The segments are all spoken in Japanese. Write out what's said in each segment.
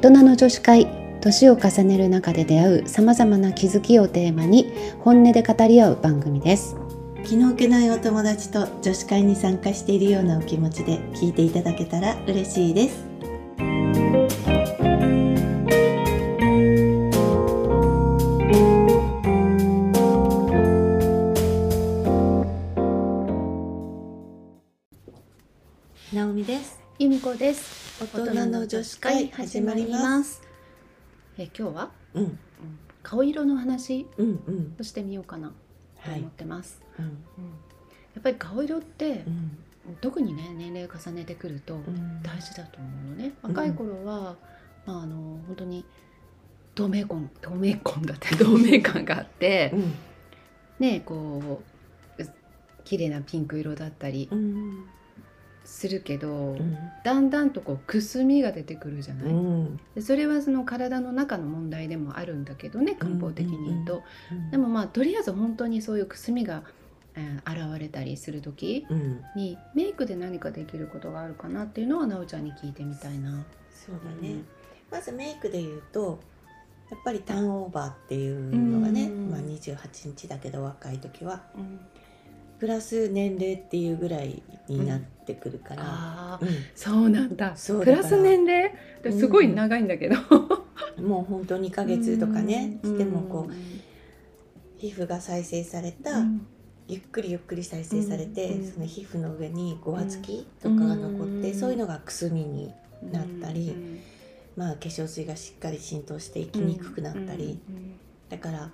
人の女子会、年を重ねる中で出会うさまざまな気づきをテーマに本音で語り合う番組です。 気の置けないお友達と女子会に参加しているようなお気持ちで聞いていただけたら嬉しいです。なおみです。 ゆみこです。 大人の女子会始まります。 今日は、 うん顔色の話うんをしてみようかなと思ってます。 うんやっぱり顔色ってうん特にね、年齢重ねてくると大事だと思うのね。若い頃は、本当に透明感があって、ね、こう綺麗なピンク色だったりするけど、だんだんとこうくすみが出てくるじゃない。でそれはその体の中の問題でもあるんだけどね、漢方的に言うと。でもとりあえず本当にそういうくすみが、現れたりする時に、メイクで何かできることがあるかなっていうのはなおちゃんに聞いてみたいな。 そうだね、まずメイクで言うとやっぱりターンオーバーっていうのがね、28日だけど若い時は、プラス年齢っていうぐらいになってくるから、 そうなんだ。 そうプラス年齢すごい長いんだけど、 もう本当2ヶ月とかねしてもこう皮膚が再生された、ゆっくり再生されて、その皮膚の上にごわつきとかが残って、そういうのがくすみになったり、化粧水がしっかり浸透していきにくくなったり、だから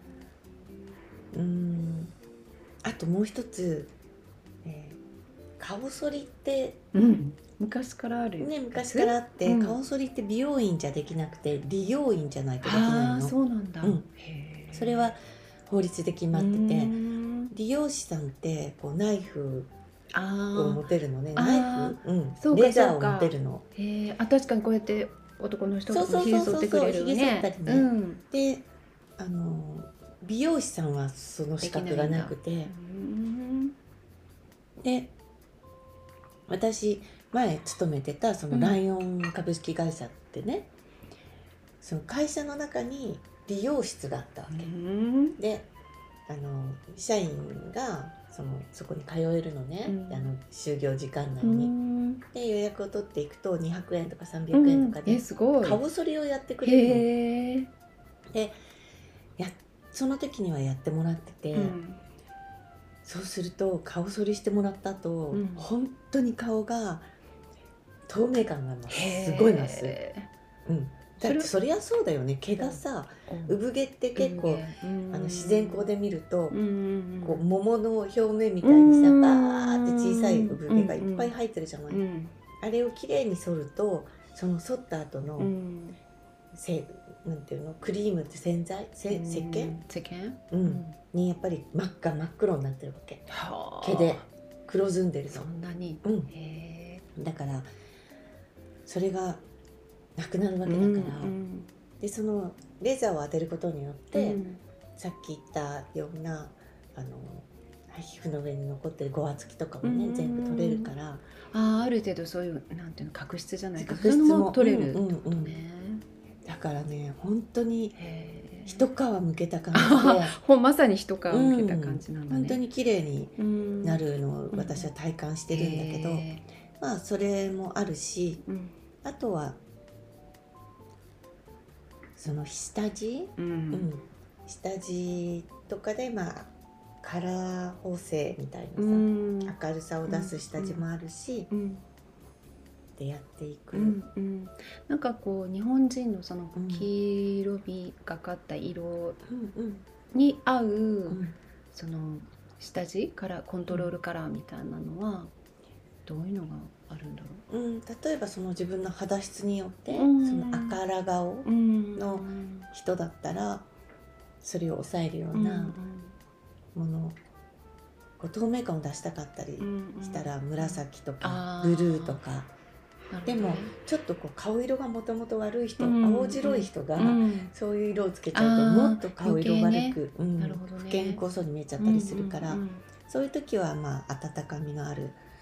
あともう一つ、顔剃りって、 昔からあるよね。 昔からあって、顔剃りって美容院じゃできなくて理容院じゃないとできないの。 そうなんだ。 それは法律で決まってて、理容師さんってこうナイフを持てるのね。ナイフ、レザーを持てるの。 確かにこうやって男の人がひげ剃ってくれるよね。 で、美容師さんはその資格がなくて、で私前勤めてたそのライオン株式会社ってね、その会社の中に理容室があったわけ、で社員がそこに通えるのね、就業時間内に、で予約を取っていくと200円とか300円とかで、顔剃りをやってくれるの。でその時にはやってもらってて、そうすると顔剃りしてもらった後、本当に顔が透明感がすごい増す。だってそりゃそうだよね。毛がさ、産毛って結構自然光で見ると、こう桃の表面みたいにさ、バーって小さい産毛がいっぱい入ってるじゃない。あれをきれいに剃ると、その剃った後のなんていうの、クリームって洗剤、石鹸にやっぱり真っ黒になってるわけ。毛で黒ずんでるの。 そんなに。 だからそれがなくなるわけだから、でそのレーザーを当てることによって、さっき言ったような皮膚の上に残ってるごわつきとかもね、全部取れるから、 ある程度そういうなんていうの、角質じゃないけど、そういうのも取れるってことね。 だからね、本当に一皮むけた感じでまさに一皮むけた感じなんだね。 本当に綺麗になるのを私は体感してるんだけど、それもあるし、あとはその下地、下地とかでカラー補正みたいなさ、明るさを出す下地もあるし、でやっていく。 なんかこう日本人のその黄色みがかった色に合うその下地からコントロールカラーみたいなのはどういうのがあるんだろう。 例えばその自分の肌質によって、その赤ら顔の人だったらそれを抑えるようなもの、透明感を出したかったりしたら紫とかブルーとか。でもちょっとこう顔色がもともと悪い人、青白い人がそういう色をつけちゃうともっと顔色悪く、不健康そうに見えちゃったりするから、そういう時は温かみのある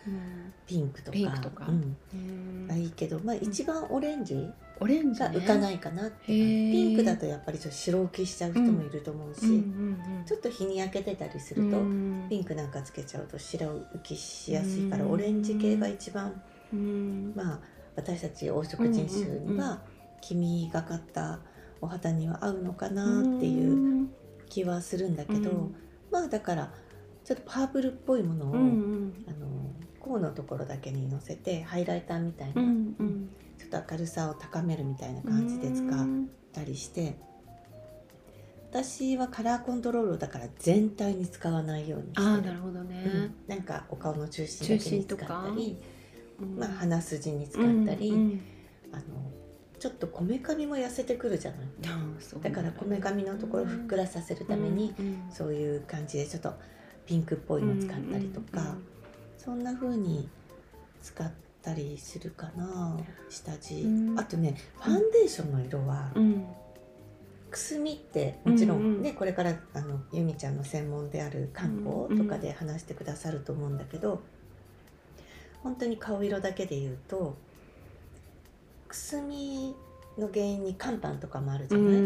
ピンクとか、 うんいいけど、まあ、一番オレンジが浮かないかなって、ピンクだとやっぱりちょっと白浮きしちゃう人もいると思うし、ちょっと日に焼けてたりすると、ピンクなんかつけちゃうと白浮きしやすいから、オレンジ系が一番、まあ私たち黄色人種には黄みがかったお肌には合うのかなっていう気はするんだけど、まあだからちょっとパープルっぽいものを、甲のところだけにのせてハイライターみたいな、ちょっと明るさを高めるみたいな感じで使ったりして、私はカラーコントロールだから全体に使わないようにしてる。 なるほどね、 なんかお顔の中心だけに使ったり、まあ、鼻筋に使ったり、ちょっとこめかみも痩せてくるじゃない、だからこめかみのところをふっくらさせるために、そういう感じでちょっとピンクっぽいの使ったりとか、そんな風に使ったりするかな、下地。あとね、ファンデーションの色は、くすみってもちろんね、これからゆみちゃんの専門である漢方とかで話してくださると思うんだけど、本当に顔色だけで言うと、くすみの原因に肝斑とかもあるじゃない、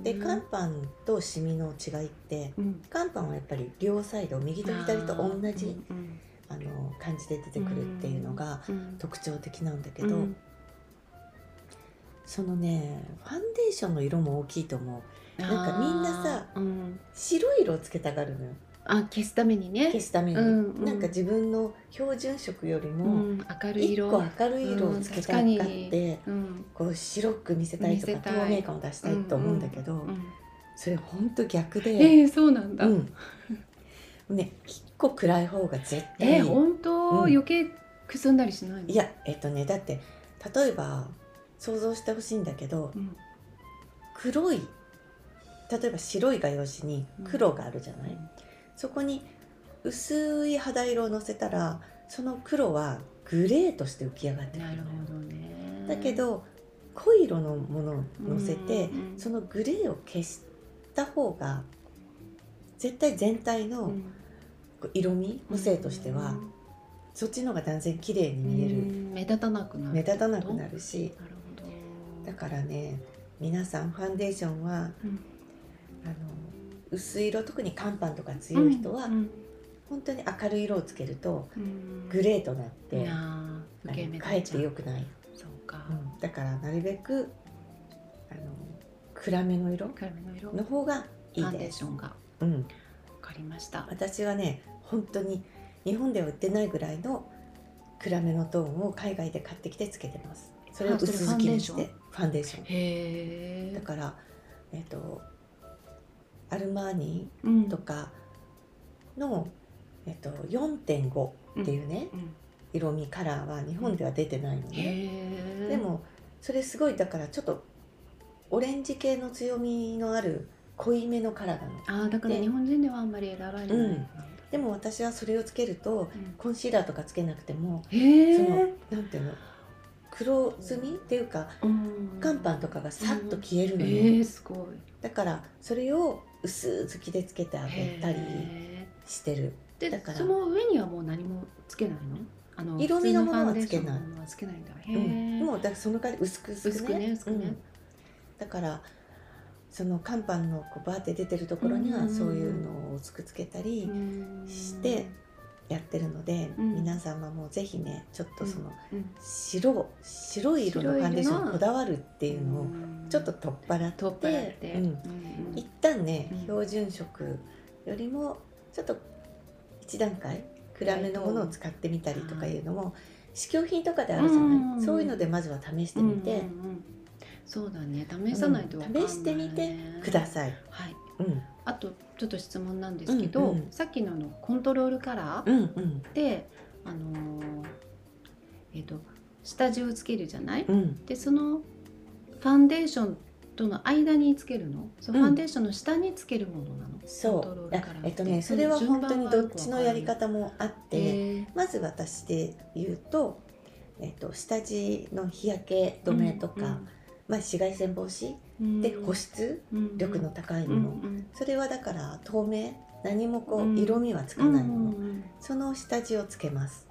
で肝斑とシミの違いって、肝斑はやっぱり両サイド、右と左と同じ感じで出てくるっていうのが特徴的なんだけど、そのねファンデーションの色も大きいと思う。なんかみんなさ、白い色をつけたがるのよ。 消すためにね、 消すために、なんか自分の標準色よりも明るい色、 1個明るい色をつけたがって、こう白く見せたいとか透明感を出したいと思うんだけど、それほんと逆で、 そうなんだ、 ね、1個暗い方が絶対いい。 本当、余計くすんだりしないの？ いや、だって例えば想像してほしいんだけど、黒い、例えば白い画用紙に黒があるじゃない、そこに薄い肌色をのせたら、その黒はグレーとして浮き上がってくる。 なるほどね。 だけど濃い色のものをのせて、そのグレーを消した方が絶対全体の色味、補正としてはそっちの方が断然綺麗に見える、 目立たなくなるし、だからね、皆さんファンデーションは、薄い色、特に肝斑とか強い人は、本当に明るい色をつけるとグレーとなってかえって良くない。 そうか、 だからなるべく暗めの色の方がいいです。ファンデーションが、分かりました。私はね、本当に日本では売ってないぐらいの暗めのトーンを海外で買ってきてつけてます。それを薄付きにしてファンデーション。だからアルマーニとかの、4.5 っていうね、色味カラーは日本では出てないのね。でもそれすごい、だからちょっとオレンジ系の強みのある濃いめのカラーなの。 だから日本人ではあんまり選ばれない、 でも私はそれをつけると、コンシーラーとかつけなくても、そのなんていうの、黒ずみっていうか、肝斑とかがさっと消えるのよ。 すごい。 だからそれを薄付きでつけてあげたりしてる。 だからその上にはもう何もつけないの？ 色味のものはつけない。 つけないんだ。 もうだからその代わり薄くね。だからその肝斑のこうバーって出てるところにはそういうのを薄くつけたりしてやってるので、皆さんはもうぜひね、ちょっとその白い色のファンデーションにこだわるっていうのをちょっと取っ払って一旦ね、標準色よりもちょっと一段階暗めのものを使ってみたりとかいうのも試供品とかであるじゃない、そういうのでまずは試してみて、 そうだね、試さないと分かんない、 試してみてください。 はい。あとちょっと質問なんですけど、さっきのコントロールカラーで、下地をつけるじゃない、でそのファンデーションとの間につけるの？そのファンデーションの下につけるものなの？ そう。それは本当にどっちのやり方もあって、まず私で言うと、下地の日焼け止めとか、紫外線防止で保湿力の高いもの、それはだから透明、何もこう色味はつかないもの、その下地をつけます。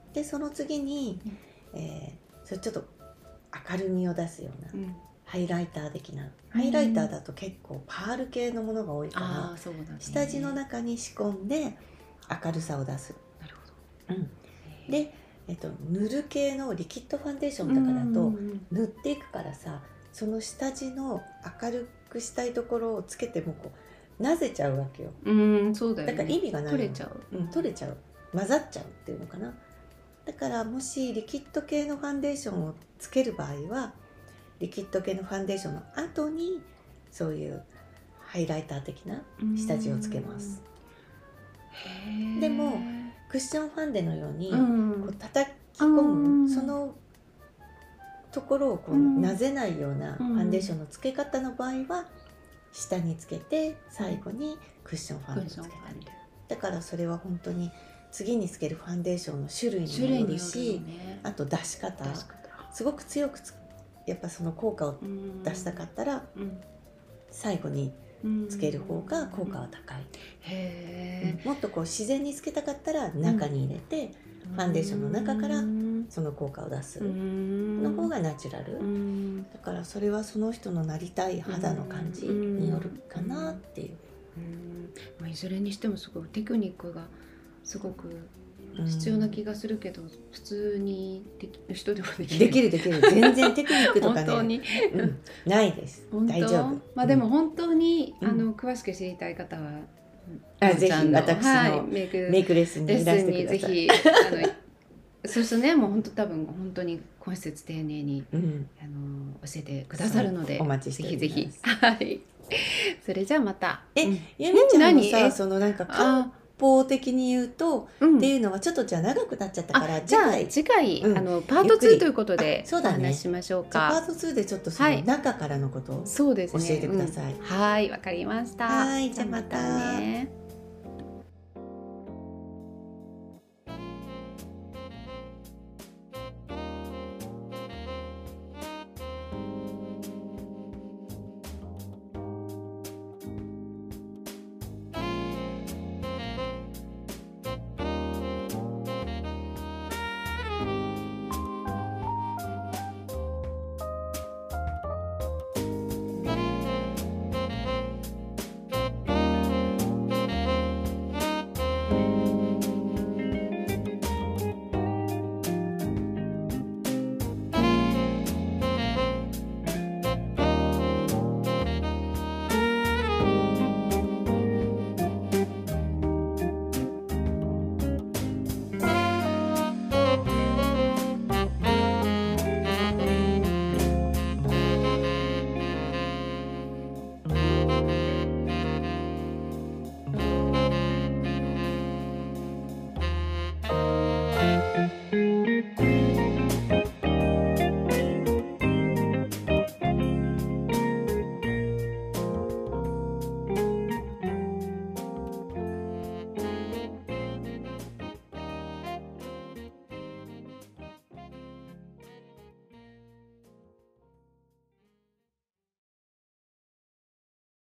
でその次に、それちょっと明るみを出すような、ハイライター的な、ハイライターだと結構パール系のものが多いから、 そうだね、 下地の中に仕込んで明るさを出す。 なるほど。 で、塗る系のリキッドファンデーションとかだと、塗っていくからさ、その下地の明るくしたいところをつけてもこうなぜちゃうわけよ。 そうだよね。 だから意味がないの。 取れちゃう。 取れちゃう。混ざっちゃうっていうのかな。だからもしリキッド系のファンデーションをつける場合は、リキッド系のファンデーションの後にそういうハイライター的な下地をつけます。でもクッションファンデのようにこう叩き込むそのところをこうなぜないようなファンデーションのつけ方の場合は、下につけて最後にクッションファンデをつけたり。だからそれは本当に次につけるファンデーションの種類にもよるし、あと出し方、すごく強くやっぱその効果を出したかったら、最後につける方が効果は高い。もっとこう自然につけたかったら中に入れて、ファンデーションの中からその効果を出すの方がナチュラル。だからそれはその人のなりたい肌の感じによるかなっていう。 いずれにしてもすごいテクニックがすごく必要な気がするけど、普通に人でもできる。 できる全然テクニックとかね本当に、 ないです。大丈夫。 でも本当に詳しく知りたい方はぜひ私のメイクレッスンにいらしてください。 ぜひそうするとね、もう多分本当に今節丁寧に教えてくださるので、 お待ちしております。 ぜひぜひ。はい。それじゃあまた。 ゆみちゃんのさ、そのなんか漢方的に言うとっていうのはちょっとじゃあ長くなっちゃったから、 じゃあ次回パート2ということでお話ししましょうか。 パート2でちょっとその中からのことを教えてください。 はい、わかりました。 はい、じゃあまたね。